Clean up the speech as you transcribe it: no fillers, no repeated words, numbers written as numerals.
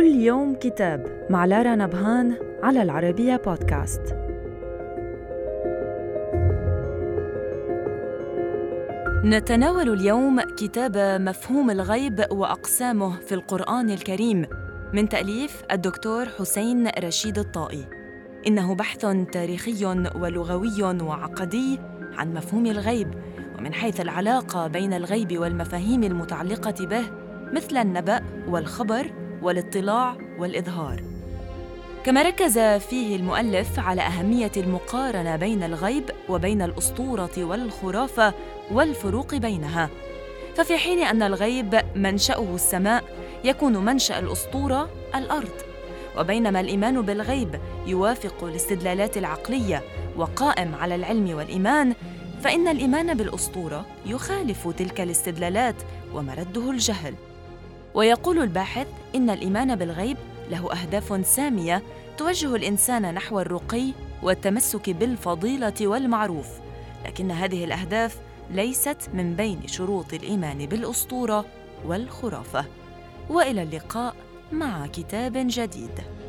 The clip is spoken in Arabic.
كل يوم كتاب مع لارا نبهان على العربية بودكاست. نتناول اليوم كتاب مفهوم الغيب وأقسامه في القرآن الكريم من تأليف الدكتور حسين رشيد الطائي. إنه بحث تاريخي ولغوي وعقدي عن مفهوم الغيب، ومن حيث العلاقة بين الغيب والمفاهيم المتعلقة به مثل النبأ والخبر والاطلاع والإظهار. كما ركز فيه المؤلف على أهمية المقارنة بين الغيب وبين الأسطورة والخرافة والفروق بينها، ففي حين أن الغيب منشأه السماء يكون منشأ الأسطورة الأرض، وبينما الإيمان بالغيب يوافق الاستدلالات العقلية وقائم على العلم والإيمان، فإن الإيمان بالأسطورة يخالف تلك الاستدلالات ومرده الجهل. ويقول الباحث إن الإيمان بالغيب له أهداف سامية توجه الإنسان نحو الرقي والتمسك بالفضيلة والمعروف، لكن هذه الأهداف ليست من بين شروط الإيمان بالأسطورة والخرافة. وإلى اللقاء مع كتاب جديد.